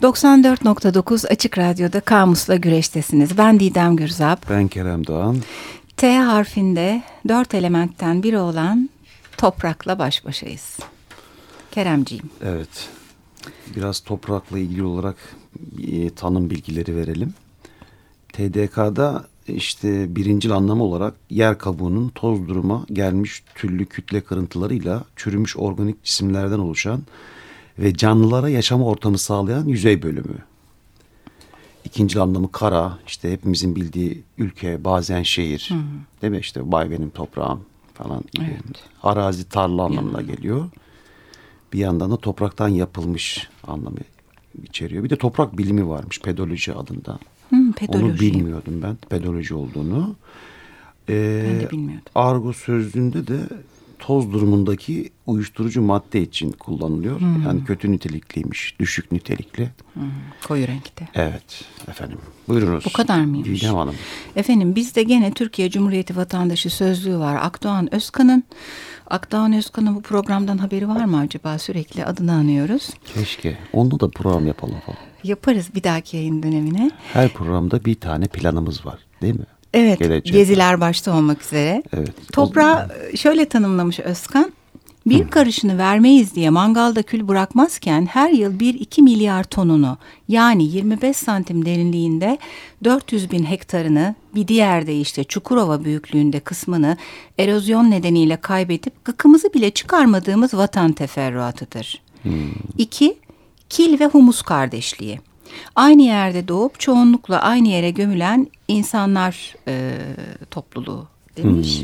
94.9 Açık Radyo'da Kamus'la güreştesiniz. Ben Didem Gürzap. Ben Kerem Doğan. T harfinde 4 elementten biri olan toprakla baş başayız. Keremciğim. Evet. Biraz toprakla ilgili olarak tanım bilgileri verelim. TDK'da işte birincil anlamı olarak yer kabuğunun toz duruma gelmiş tüllü kütle kırıntılarıyla çürümüş organik cisimlerden oluşan ve canlılara yaşam ortamı sağlayan yüzey bölümü. İkincil anlamı kara, işte hepimizin bildiği ülke, bazen şehir. Değil mi? İşte vay benim toprağım falan gibi. Evet. Arazi, tarla anlamına geliyor. Bir yandan da topraktan yapılmış anlamı içeriyor. Bir de toprak bilimi varmış, pedoloji adında. Pedoloji. Onu bilmiyordum ben, pedoloji olduğunu. Ben de bilmiyordum. Argo sözlüğünde de toz durumundaki uyuşturucu madde için kullanılıyor. Yani kötü nitelikliymiş, düşük nitelikli. Koyu renkte. Evet efendim. Buyurunuz. Bu kadar mıymış? Didem Hanım. Efendim bizde gene Türkiye Cumhuriyeti vatandaşı sözlüğü var. Akdoğan Özkan'ın. Akdoğan Özkan'ın bu programdan haberi var mı acaba? Sürekli adını anıyoruz. Keşke. Onda da program yapalım falan. Yaparız bir dahaki yayın dönemine. Her programda bir tane planımız var değil mi? Evet. Gelecek. Geziler başta olmak üzere. Evet. Toprağı şöyle tanımlamış Özkan. Bir karışını vermeyiz diye mangalda kül bırakmazken her yıl 1-2 milyar tonunu yani 25 santim derinliğinde 400 bin hektarını bir diğer deyişle Çukurova büyüklüğünde kısmını erozyon nedeniyle kaybedip gıkımızı bile çıkarmadığımız vatan teferruatıdır. 2. Kil ve humus kardeşliği. Aynı yerde doğup çoğunlukla aynı yere gömülen insanlar topluluğu demiş.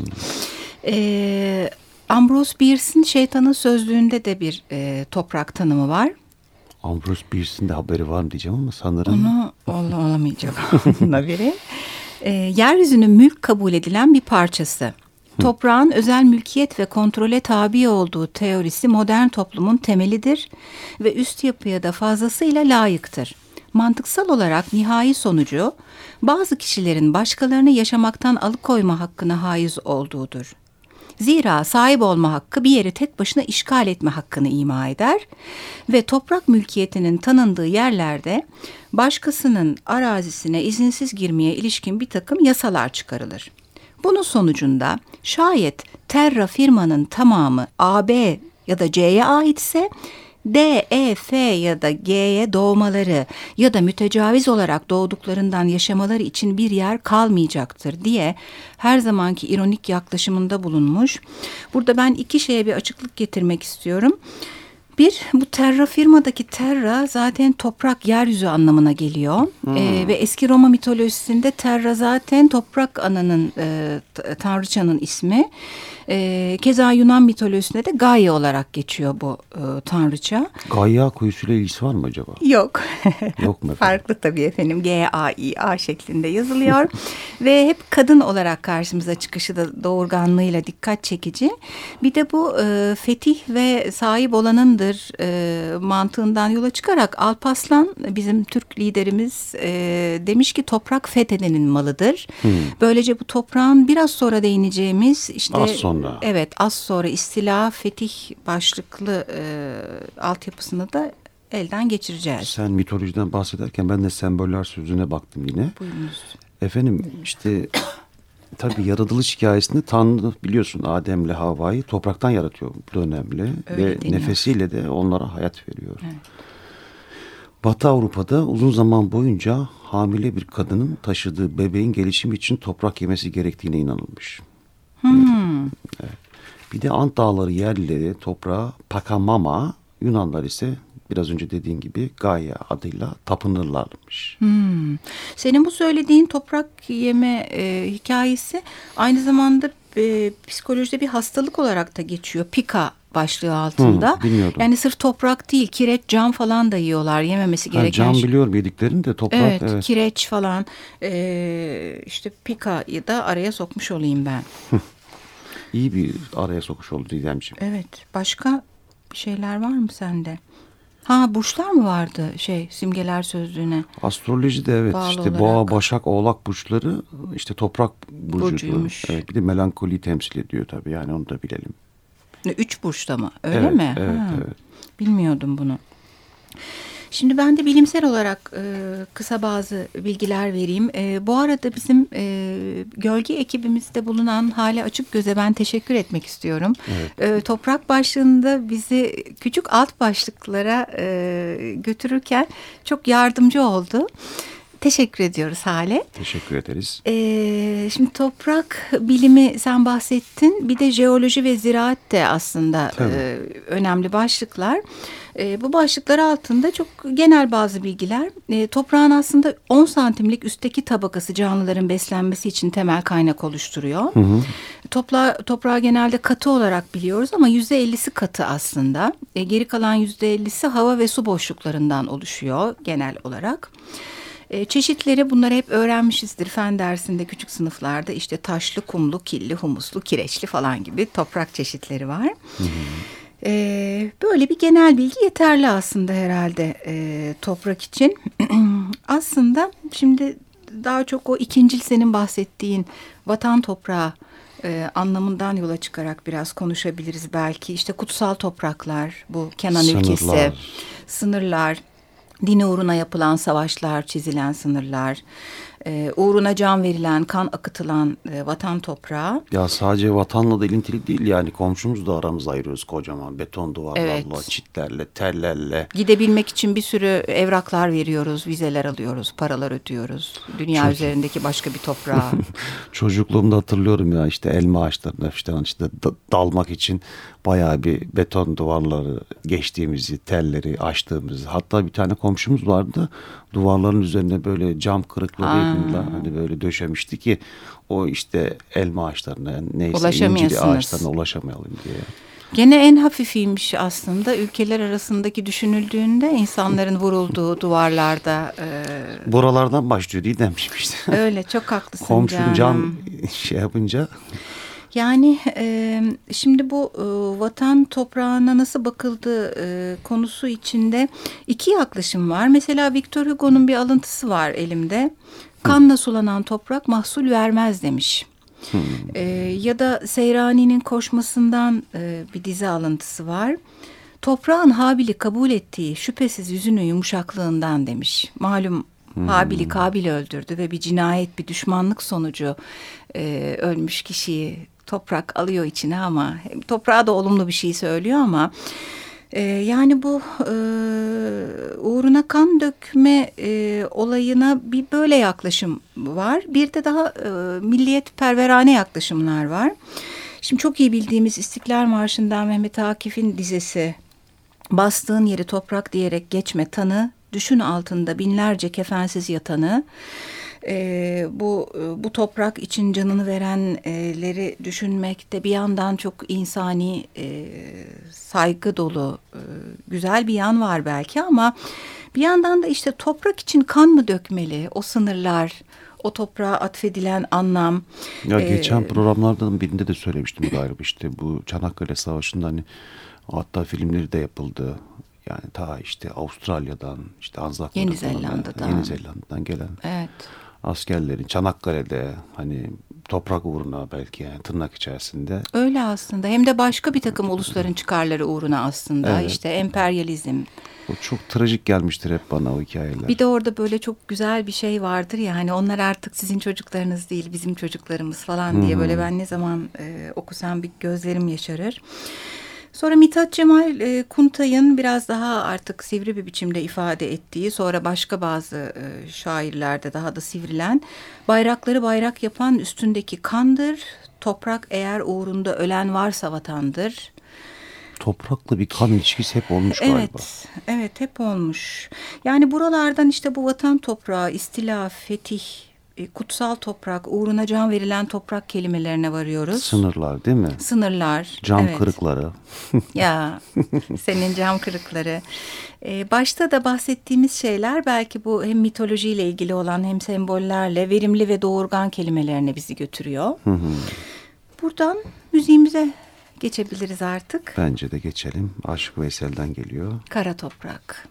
Ambrose Bierce'in Şeytanın Sözlüğü'nde de bir toprak tanımı var. Ambrose Bierce'in de haberi var mı diyeceğim ama sanırım. Onu olamayacak onun haberi. Yeryüzünün mülk kabul edilen bir parçası. Toprağın özel mülkiyet ve kontrole tabi olduğu teorisi modern toplumun temelidir ve üst yapıya da fazlasıyla layıktır. Mantıksal olarak nihai sonucu bazı kişilerin başkalarını yaşamaktan alıkoyma hakkına haiz olduğudur. Zira sahip olma hakkı bir yeri tek başına işgal etme hakkını ima eder ve toprak mülkiyetinin tanındığı yerlerde başkasının arazisine izinsiz girmeye ilişkin bir takım yasalar çıkarılır. Bunun sonucunda şayet terra firmanın tamamı AB ya da C'ye aitse D, E, F ya da G'ye doğmaları ya da mütecaviz olarak doğduklarından yaşamaları için bir yer kalmayacaktır diye her zamanki ironik yaklaşımında bulunmuş. Burada ben iki şeye bir açıklık getirmek istiyorum. Bir, bu terra firmadaki terra zaten toprak, yeryüzü anlamına geliyor. Ve eski Roma mitolojisinde terra zaten toprak ananın, tanrıçanın ismi. Keza Yunan mitolojisinde de Gaia olarak geçiyor bu tanrıça. Gaia kuyusuyla ilgisi var mı acaba? Yok. Yok mu efendim? Farklı tabii efendim. G-A-I-A şeklinde yazılıyor. Ve hep kadın olarak karşımıza çıkışı da doğurganlığıyla dikkat çekici. Bir de bu fetih ve sahip olanındır mantığından yola çıkarak Alparslan bizim Türk liderimiz demiş ki toprak fethedenin malıdır. Böylece bu toprağın biraz sonra değineceğimiz işte Az sonra. Evet, az sonra istila fetih başlıklı altyapısını da elden geçireceğiz. Sen mitolojiden bahsederken ben de semboller sözüne baktım yine. Buyurunuz. Efendim işte tabii yaratılış hikayesinde Tanrı biliyorsun Adem'le Havva'yı topraktan yaratıyor. Bu da önemli. Öyle ve deniyor. Nefesiyle de onlara hayat veriyor. Evet. Batı Avrupa'da uzun zaman boyunca hamile bir kadının taşıdığı bebeğin gelişimi için toprak yemesi gerektiğine inanılmış. Evet. Bir de Ant Dağları yerlileri toprağa Pakamama, Yunanlar ise biraz önce dediğin gibi Gaia adıyla tapınırlarmış. Senin bu söylediğin toprak yeme hikayesi aynı zamanda psikolojide bir hastalık olarak da geçiyor. Pika başlığı altında. Bilmiyordum. Yani sırf toprak değil, kireç, cam falan da yiyorlar. Yememesi gereken Cam biliyorum yediklerini de toprak. Evet, kireç falan. İşte pikayı da araya sokmuş olayım ben. İyi bir araya sokuş oldu Didemciğim. Evet. Başka bir şeyler var mı sende? Ha, burçlar mı vardı simgeler sözlüğüne? Astrolojide evet Bağlı işte olarak. Boğa, Başak, Oğlak burçları işte toprak Burcuymuş. Evet, bir de melankoliyi temsil ediyor tabii yani onu da bilelim. 3 burçta mı? Öyle Evet, mi? evet, evet. Bilmiyordum bunu. Şimdi ben de bilimsel olarak kısa bazı bilgiler vereyim. Bu arada bizim gölge ekibimizde bulunan Hale Açıkgöz'e ben teşekkür etmek istiyorum. Evet. Toprak başlığında bizi küçük alt başlıklara götürürken çok yardımcı oldu. Teşekkür ediyoruz Hale. Teşekkür ederiz. Şimdi toprak bilimi sen bahsettin. Bir de jeoloji ve ziraat de aslında önemli başlıklar. Bu başlıklar altında çok genel bazı bilgiler. Toprağın aslında 10 santimlik üstteki tabakası canlıların beslenmesi için temel kaynak oluşturuyor. Hı hı. Toprağı genelde katı olarak biliyoruz ama %50'si katı aslında. Geri kalan %50'si hava ve su boşluklarından oluşuyor genel olarak. Çeşitleri bunları hep öğrenmişizdir fen dersinde küçük sınıflarda işte taşlı, kumlu, killi, humuslu, kireçli falan gibi toprak çeşitleri var. Hı hı. Böyle bir genel bilgi yeterli aslında herhalde toprak için. Aslında şimdi daha çok o ikincil senin bahsettiğin vatan toprağı anlamından yola çıkarak biraz konuşabiliriz belki. İşte kutsal topraklar, bu Kenan ülkesi, sınırlar. Dini uğruna yapılan savaşlar, çizilen sınırlar, uğruna can verilen, kan akıtılan vatan toprağı. Ya sadece vatanla da ilintili değil yani komşumuz da aramızda ayırıyoruz kocaman beton duvarlarla, Evet. çitlerle, tellerle. Gidebilmek için bir sürü evraklar veriyoruz, vizeler alıyoruz, paralar ödüyoruz. Dünya üzerindeki başka bir toprağa. Çocukluğumda hatırlıyorum ya işte elma ağaçlarına işte dalmak için bayağı bir beton duvarları geçtiğimizi, telleri açtığımızı. Hatta bir tane komşumuz vardı. Duvarların üzerine böyle cam kırıklarıyla hani böyle döşemişti ki o işte elma ağaçlarına yani neyse inciri ağaçlarına ulaşamayalım diye. Gene en hafifiymiş aslında ülkeler arasındaki düşünüldüğünde insanların vurulduğu duvarlarda. Buralardan başlıyor Didemciğim işte. Öyle çok haklısın Komşum canım. cam şey yapınca. Yani şimdi bu vatan toprağına nasıl bakıldığı konusu içinde iki yaklaşım var. Mesela Victor Hugo'nun bir alıntısı var elimde. Kanla sulanan toprak mahsul vermez demiş. Ya da Seyrani'nin Koşması'ndan bir dizi alıntısı var. Toprağın Habil'i kabul ettiği şüphesiz yüzünün yumuşaklığından demiş. Malum Habil'i Kabil öldürdü ve bir cinayet, bir düşmanlık sonucu ölmüş kişiyi toprak alıyor içine ama toprağa da olumlu bir şey söylüyor ama yani bu uğruna kan dökme olayına bir böyle yaklaşım var. Bir de daha milliyetperverane yaklaşımlar var. Şimdi çok iyi bildiğimiz İstiklal Marşı'ndan Mehmet Akif'in dizesi bastığın yeri toprak diyerek geçme tanı, düşün altında binlerce kefensiz yatanı. Bu toprak için canını verenleri düşünmekte bir yandan çok insani, saygı dolu, güzel bir yan var belki ama bir yandan da işte toprak için kan mı dökmeli? O sınırlar, o toprağa atfedilen anlam. Ya geçen programlardan birinde de söylemiştim galiba işte bu Çanakkale Savaşı'nda hani hatta filmleri de yapıldı. Yani ta işte Avustralya'dan, işte Anzak Yeni Zelanda'dan gelen evet. askerlerin Çanakkale'de hani toprak uğruna belki yani tırnak içerisinde. Öyle aslında. Hem de başka bir takım ulusların çıkarları uğruna aslında. Evet. İşte emperyalizm. O çok trajik gelmiştir hep bana o hikayeler. Bir de orada böyle çok güzel bir şey vardır ya hani onlar artık sizin çocuklarınız değil bizim çocuklarımız falan diye böyle ben ne zaman okusam bir gözlerim yaşarır. Sonra Mithat Cemal Kuntay'ın biraz daha artık sivri bir biçimde ifade ettiği, sonra başka bazı şairlerde daha da sivrilen, bayrakları bayrak yapan üstündeki kandır, toprak eğer uğrunda ölen varsa vatandır. Toprakla bir kan ilişkisi hep olmuş galiba. Evet hep olmuş. Yani buralardan işte bu vatan toprağı, istila, fetih, kutsal toprak, uğruna can verilen toprak kelimelerine varıyoruz. Sınırlar değil mi? Sınırlar. Cam kırıkları. Ya senin cam kırıkları. Başta da bahsettiğimiz şeyler belki bu hem mitolojiyle ilgili olan hem sembollerle verimli ve doğurgan kelimelerine bizi götürüyor. Buradan müziğimize geçebiliriz artık. Bence de geçelim. Aşık Veysel'den geliyor. Kara Toprak.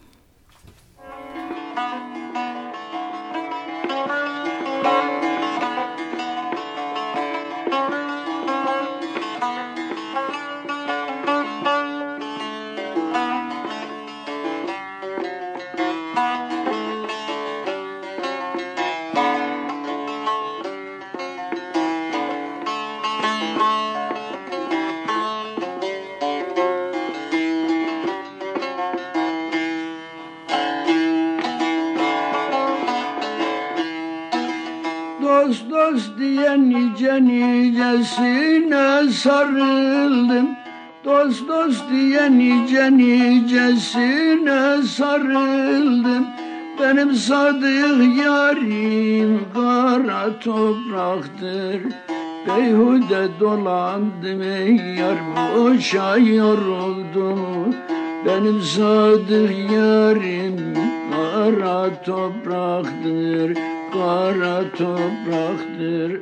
Dost dost diye nice nicesine sarıldım. Dost dost diye nice nicesine sarıldım. Benim sadık yarim kara topraktır. Beyhude dolandım ey yar, boşa yoruldum. Benim sadık yarim kara topraktır, kara topraktır.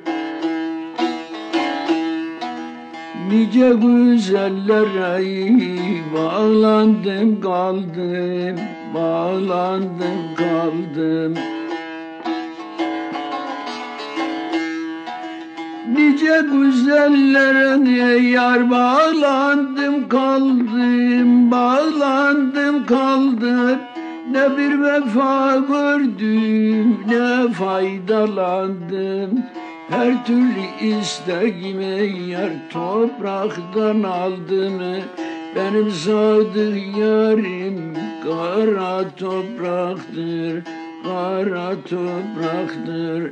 Nice güzellere bağlandım kaldım, bağlandım kaldım. Nice güzellere yar bağlandım kaldım, bağlandım kaldım. Ne bir vefa gördüm, ne faydalandım. Her türlü isteğime yar topraktan aldım. Benim sadık yarim kara topraktır, kara topraktır.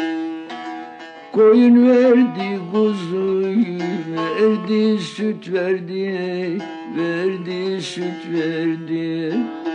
Koyun verdi, kuzuyu verdi, süt verdi, verdi, süt verdi.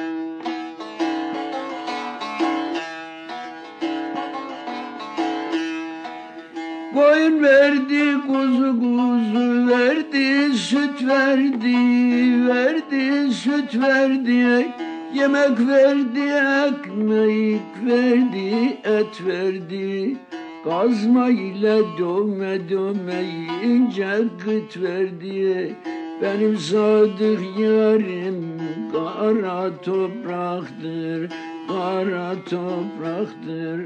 Koyun verdi, kuzu verdi, süt verdi, verdi, süt verdi. Yemek verdi, ekmek verdi, et verdi. Kazma ile dövme dövme ince kıt verdi. Benim sadık yarim kara topraktır, kara topraktır.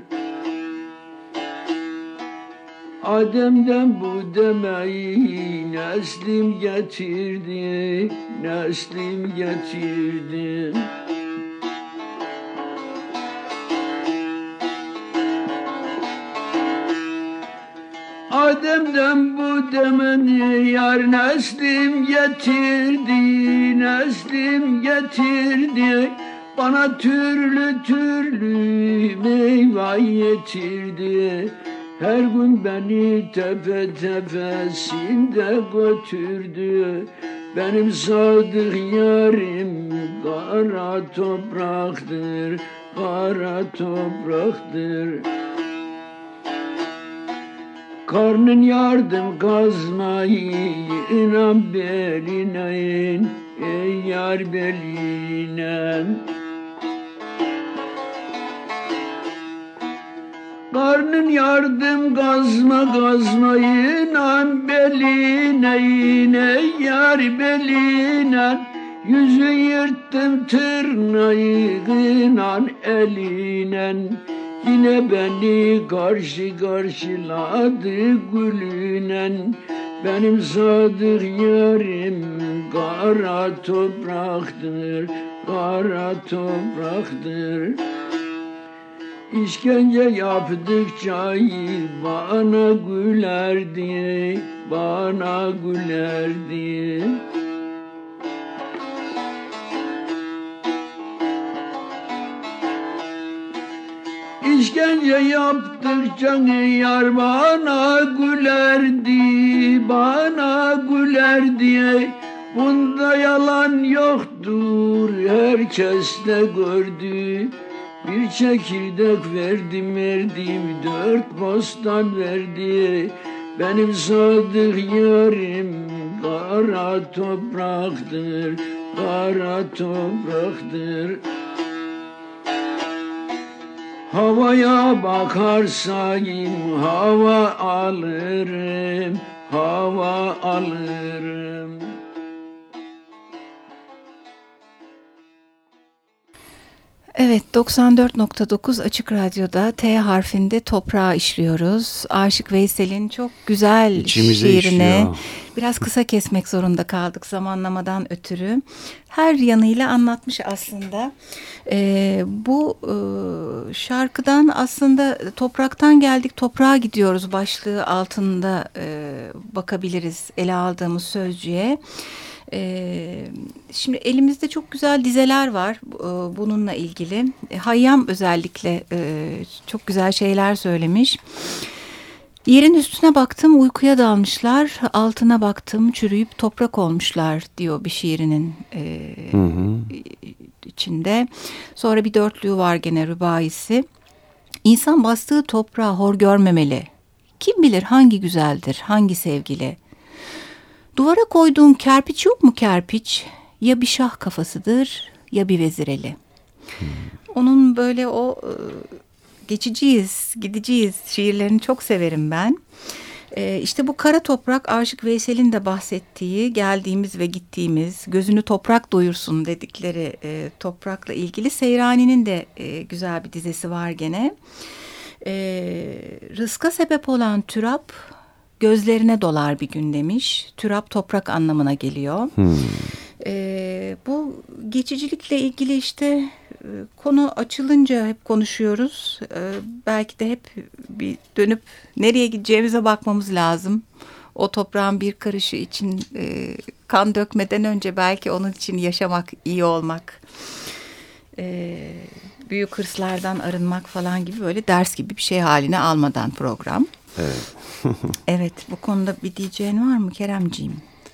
Adem'den bu demeyi neslim getirdi, neslim getirdi. Adem'den bu demeni yar neslim getirdi, neslim getirdi. Bana türlü türlü meyve getirdi. Her gün beni tepe tepesinde götürdü. Benim sadık yarim kara topraktır, kara topraktır. Karnın yardım kazmayı inan beline in, ey yar beline. Karnın yardım kazmayı inan beline in, ey yar beline. Yüzü yırttım tırnağı inan eline. Yine beni karşı karşıladı gülünen. Benim sadık yarim kara topraktır, kara topraktır. İşkence yaptıkça bana gülerdi, bana gülerdi. İşkence yaptıkça yar bana gülerdi, bana gülerdi. Bunda yalan yoktur, herkes de gördü. Bir çekirdek verdim, 4 bostan verdi. Benim sadık yarim kara topraktır, kara topraktır. Havaya bakarsayım hava alırım, hava alırım. Evet, 94.9 Açık Radyo'da T harfinde toprağı işliyoruz. Aşık Veysel'in çok güzel İçimize şiirine işliyor. biraz kısa kesmek zorunda kaldık zamanlamadan ötürü. Her yanıyla anlatmış aslında. Bu şarkıdan aslında topraktan geldik toprağa gidiyoruz başlığı altında bakabiliriz ele aldığımız sözcüğe. Şimdi elimizde çok güzel dizeler var bununla ilgili. Hayyam özellikle çok güzel şeyler söylemiş. Yerin üstüne baktım uykuya dalmışlar, altına baktım çürüyüp toprak olmuşlar diyor bir şiirinin içinde. Sonra bir dörtlüğü var gene rübaisi. İnsan bastığı toprağı hor görmemeli. Kim bilir hangi güzeldir, hangi sevgili. Duvara koyduğun kerpiç yok mu kerpiç? Ya bir şah kafasıdır ya bir vezireli. Onun böyle o geçiciyiz, gideceğiz şiirlerini çok severim ben. İşte bu kara toprak Aşık Veysel'in de bahsettiği geldiğimiz ve gittiğimiz gözünü toprak doyursun dedikleri toprakla ilgili Seyrani'nin de güzel bir dizesi var gene. Rızka sebep olan türap gözlerine dolar bir gün demiş. Türap toprak anlamına geliyor. Bu geçicilikle ilgili işte konu açılınca hep konuşuyoruz. Belki de hep bir dönüp nereye gideceğimize bakmamız lazım. O toprağın bir karışı için kan dökmeden önce belki onun için yaşamak, iyi olmak, büyük hırslardan arınmak falan gibi böyle ders gibi bir şey haline almadan program. Evet. Evet, bu konuda bir diyeceğin var mı Keremciğim?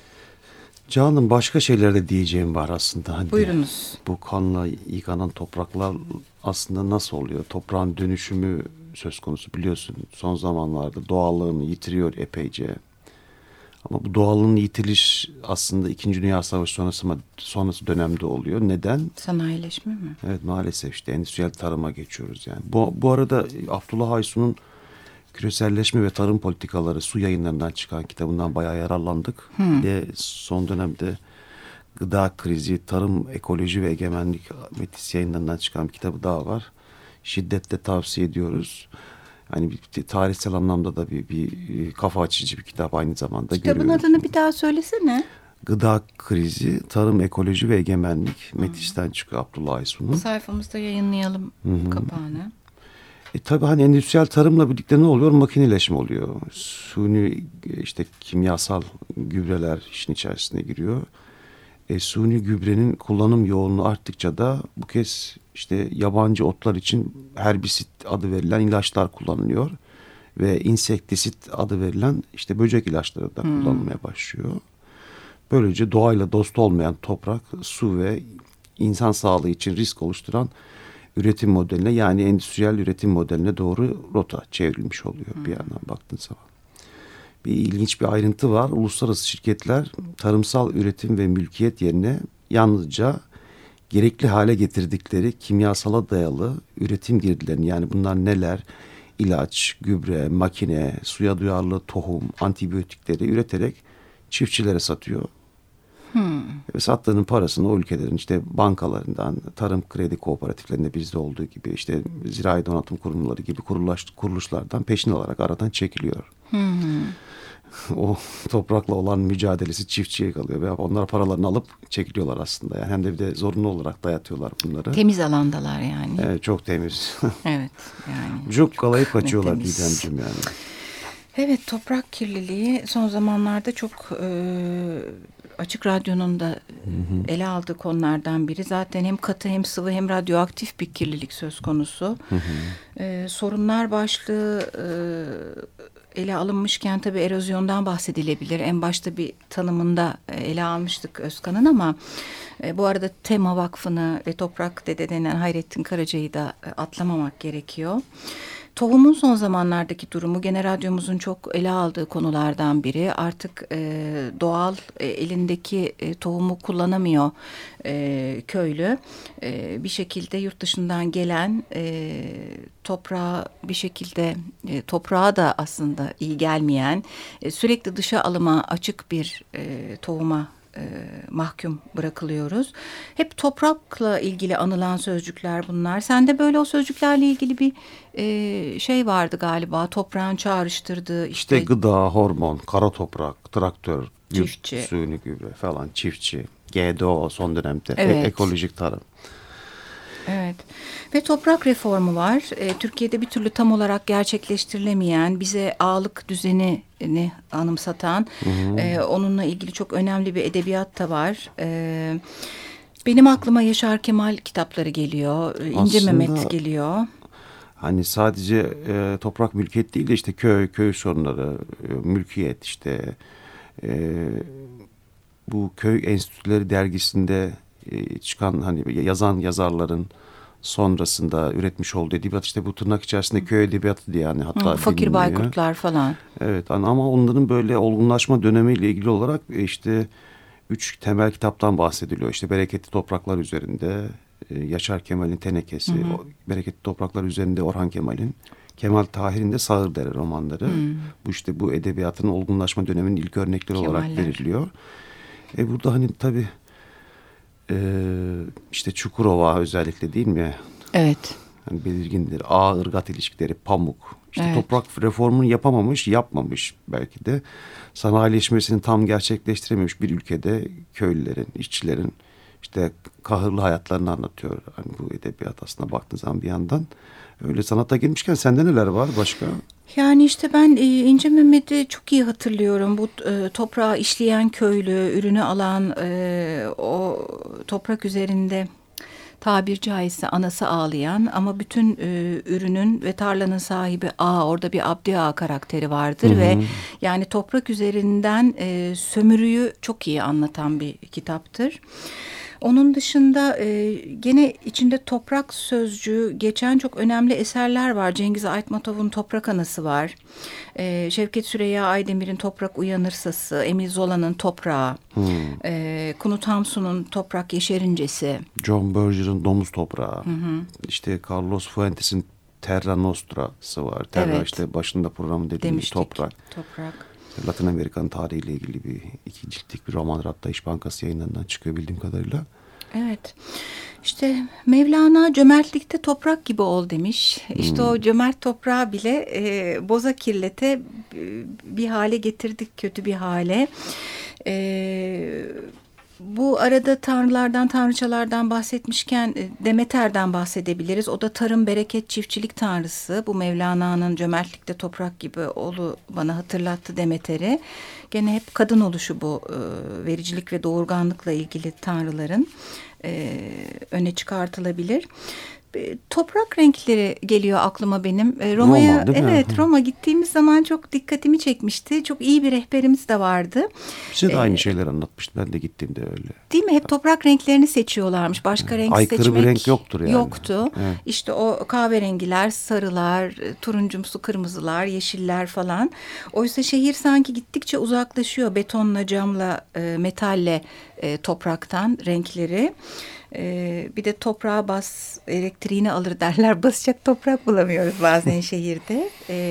Canım başka şeylerde diyeceğim var aslında. Hani Buyurunuz. bu kanla yıkanan topraklar aslında nasıl oluyor? Toprağın dönüşümü söz konusu biliyorsun. Son zamanlarda doğallığını yitiriyor epeyce. Ama bu doğallığın yitiriş aslında 2. Dünya Savaşı sonrası dönemde oluyor. Neden? Sanayileşme mi? Evet maalesef işte endüstriyel tarıma geçiyoruz yani. Bu arada Abdullah Aysun'un Küreselleşme ve Tarım Politikaları Su Yayınlarından çıkan kitabından bayağı yararlandık. Ve son dönemde Gıda Krizi, Tarım, Ekoloji ve Egemenlik Metis Yayınlarından çıkan bir kitabı daha var. Şiddetle tavsiye ediyoruz. Hani bir tarihsel anlamda da bir kafa açıcı bir kitap aynı zamanda. Kitabın adını bir daha söylesene. Gıda Krizi, Tarım, Ekoloji ve Egemenlik Metis'ten çıkıyor Abdullah Aysun'un. Sayfamızda yayınlayalım kapağını. Tabii hani endüstriyel tarımla birlikte ne oluyor? Makineleşme oluyor. Suni işte kimyasal gübreler işin içerisine giriyor. Suni gübrenin kullanım yoğunluğu arttıkça da bu kez işte yabancı otlar için herbisit adı verilen ilaçlar kullanılıyor. Ve insektisit adı verilen işte böcek ilaçları da kullanılmaya başlıyor. Böylece doğayla dost olmayan toprak, su ve insan sağlığı için risk oluşturan üretim modeline yani endüstriyel üretim modeline doğru rota çevrilmiş oluyor bir yandan baktığın zaman. Bir ilginç bir ayrıntı var. Uluslararası şirketler tarımsal üretim ve mülkiyet yerine yalnızca gerekli hale getirdikleri kimyasala dayalı üretim girdilerini yani bunlar neler? İlaç, gübre, makine, suya duyarlı tohum, antibiyotikleri üreterek çiftçilere satıyor. Ve sattığının parasını o ülkelerin işte bankalarından, tarım kredi kooperatiflerinde bizde olduğu gibi işte zirai donatım kurumları gibi kuruluşlardan peşin olarak aradan çekiliyor. O toprakla olan mücadelesi çiftçiye kalıyor ve onlar paralarını alıp çekiliyorlar aslında. Yani hem de bir de zorunlu olarak dayatıyorlar bunları. Temiz alandalar yani. Evet çok temiz. Evet yani. Çok kalayıp kaçıyorlar Didemciğim yani. Evet toprak kirliliği son zamanlarda çok Açık Radyo'nun da ele aldığı konulardan biri. Zaten hem katı hem sıvı hem radyoaktif bir kirlilik söz konusu. Sorunlar başlığı ele alınmışken tabii erozyondan bahsedilebilir. En başta bir tanımında ele almıştık Özkan'ın ama bu arada Tema Vakfı'nı ve Toprak Dede denen Hayrettin Karaca'yı da atlamamak gerekiyor. Tohumun son zamanlardaki durumu gene radyomuzun çok ele aldığı konulardan biri. Artık doğal elindeki tohumu kullanamıyor köylü. Bir şekilde yurt dışından gelen toprağa bir şekilde toprağa da aslında iyi gelmeyen sürekli dışa alıma açık bir tohuma mahkum bırakılıyoruz. Hep toprakla ilgili anılan sözcükler bunlar. Sende böyle o sözcüklerle ilgili bir şey vardı galiba. Toprağın çağrıştırdığı işte gıda, hormon, kara toprak, traktör, çiftçi, suni gübre falan, çiftçi, GDO son dönemde, evet. Ekolojik tarım. Evet ve toprak reformu var. Türkiye'de bir türlü tam olarak gerçekleştirilemeyen, bize ağalık düzenini anımsatan, onunla ilgili çok önemli bir edebiyat da var. Benim aklıma Yaşar Kemal kitapları geliyor, İnce Mehmet geliyor. hani sadece toprak mülkiyet değil de işte köy sorunları, mülkiyet işte bu köy enstitüleri dergisinde çıkan hani yazan yazarların sonrasında üretmiş olduğu edebiyat işte bu tırnak içerisinde köy edebiyatı diye yani hatta Fakir biliniyor. Baykurtlar falan. Evet ama onların böyle olgunlaşma dönemiyle ilgili olarak işte 3 temel kitaptan bahsediliyor. İşte Bereketli Topraklar üzerinde Yaşar Kemal'in Tenekesi, Bereketli Topraklar üzerinde Orhan Kemal'in, Kemal Tahir'in de Sağırdere romanları. Bu işte bu edebiyatın olgunlaşma döneminin ilk örnekleri olarak veriliyor. Burada hani tabii işte Çukurova özellikle değil mi? Evet. Yani belirgindir. Ağ-ırgat ilişkileri, pamuk. İşte toprak reformunu yapmamış belki de. Sanayileşmesini tam gerçekleştirememiş bir ülkede köylülerin, işçilerin işte kahırlı hayatlarını anlatıyor. Hani bu edebiyat aslında baktığın zaman bir yandan. Öyle sanata girmişken sende neler var başka? Yani işte ben İnce Mehmet'i çok iyi hatırlıyorum. Bu toprağı işleyen köylü, ürünü alan, o toprak üzerinde tabir caizse anası ağlayan ama bütün ürünün ve tarlanın sahibi orada bir Abdi Ağa karakteri vardır ve yani toprak üzerinden sömürüyü çok iyi anlatan bir kitaptır. Onun dışında gene içinde toprak sözcüğü geçen çok önemli eserler var. Cengiz Aytmatov'un Toprak Anası var. Şevket Süreyya Aydemir'in Toprak Uyanırsası, Emil Zola'nın Toprağı, Kunut Hamsun'un Toprak Yeşerincesi. John Berger'ın Domuz Toprağı, işte Carlos Fuentes'in Terra Nostra'sı var. Terra işte başında programı dediğimiz toprak. Latin Amerikan tarihiyle ilgili bir 2 ciltlik bir roman, hatta İş Bankası yayınlarından çıkıyor bildiğim kadarıyla. Evet. İşte Mevlana cömertlikte toprak gibi ol demiş. İşte o cömert toprağı bile boza kirlete bir hale getirdik, kötü bir hale. Bu arada tanrılardan, tanrıçalardan bahsetmişken Demeter'den bahsedebiliriz. O da tarım, bereket, çiftçilik tanrısı. Bu Mevlana'nın cömertlikte toprak gibi olu bana hatırlattı Demeter'i. Gene hep kadın oluşu bu vericilik ve doğurganlıkla ilgili tanrıların öne çıkartılabilir. Toprak renkleri geliyor aklıma benim. Roma'ya, Roma gittiğimiz zaman çok dikkatimi çekmişti. Çok iyi bir rehberimiz de vardı. Bize de aynı şeyler anlatmıştı. Ben de gittiğimde öyle. Değil mi? Hep toprak renklerini seçiyorlarmış. Başka renk aykırı seçmek bir renk yoktur yani. Yoktu. Evet. İşte o kahverengiler, sarılar, turuncumsu kırmızılar, yeşiller falan. Oysa şehir sanki gittikçe uzaklaşıyor. Betonla, camla, metalle topraktan renkleri. Bir de toprağa bas, elektriğini alır derler. Basacak toprak bulamıyoruz bazen şehirde.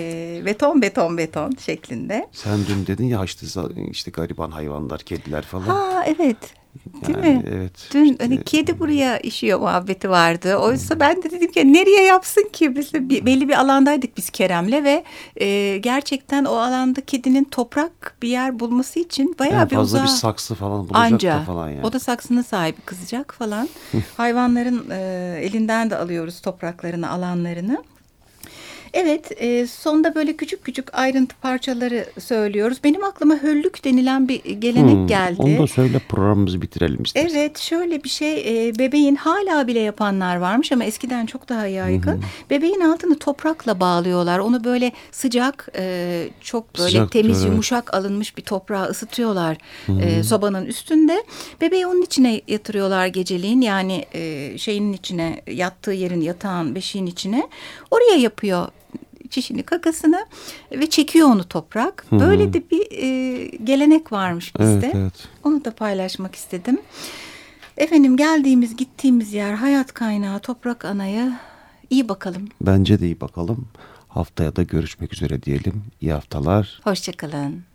Beton şeklinde. Sen dün dedin ya işte gariban hayvanlar, kediler falan. Evet. Değil mi? Evet. Dün işte, hani kedi buraya işiyor muhabbeti vardı. Oysa ben de dedim ki nereye yapsın ki? Biz de belli bir alandaydık biz Kerem'le ve gerçekten o alanda kedinin toprak bir yer bulması için bayağı bir fazla bir saksı falan bulacak da falan yani. O da saksının sahibi kızacak falan. Hayvanların elinden de alıyoruz topraklarını, alanlarını. Evet, sonda böyle küçük küçük ayrıntı parçaları söylüyoruz. Benim aklıma höllük denilen bir gelenek geldi. Onu da söyle, programımızı bitirelim istersen. Evet, şöyle bir şey, bebeğin hala bile yapanlar varmış ama eskiden çok daha yaygın. Bebeğin altını toprakla bağlıyorlar. Onu böyle sıcak, çok böyle sıcak, temiz, yumuşak alınmış bir toprağa ısıtıyorlar sobanın üstünde. Bebeği onun içine yatırıyorlar geceliğin. Yani şeyin içine, yattığı yerin, yatağın, beşiğin içine. Oraya yapıyor çişini, kakasını ve çekiyor onu toprak. Böyle de bir gelenek varmış bizde. Evet. Onu da paylaşmak istedim. Efendim, geldiğimiz, gittiğimiz yer hayat kaynağı Toprak Ana'ya iyi bakalım. Bence de iyi bakalım. Haftaya da görüşmek üzere diyelim. İyi haftalar. Hoşça kalın.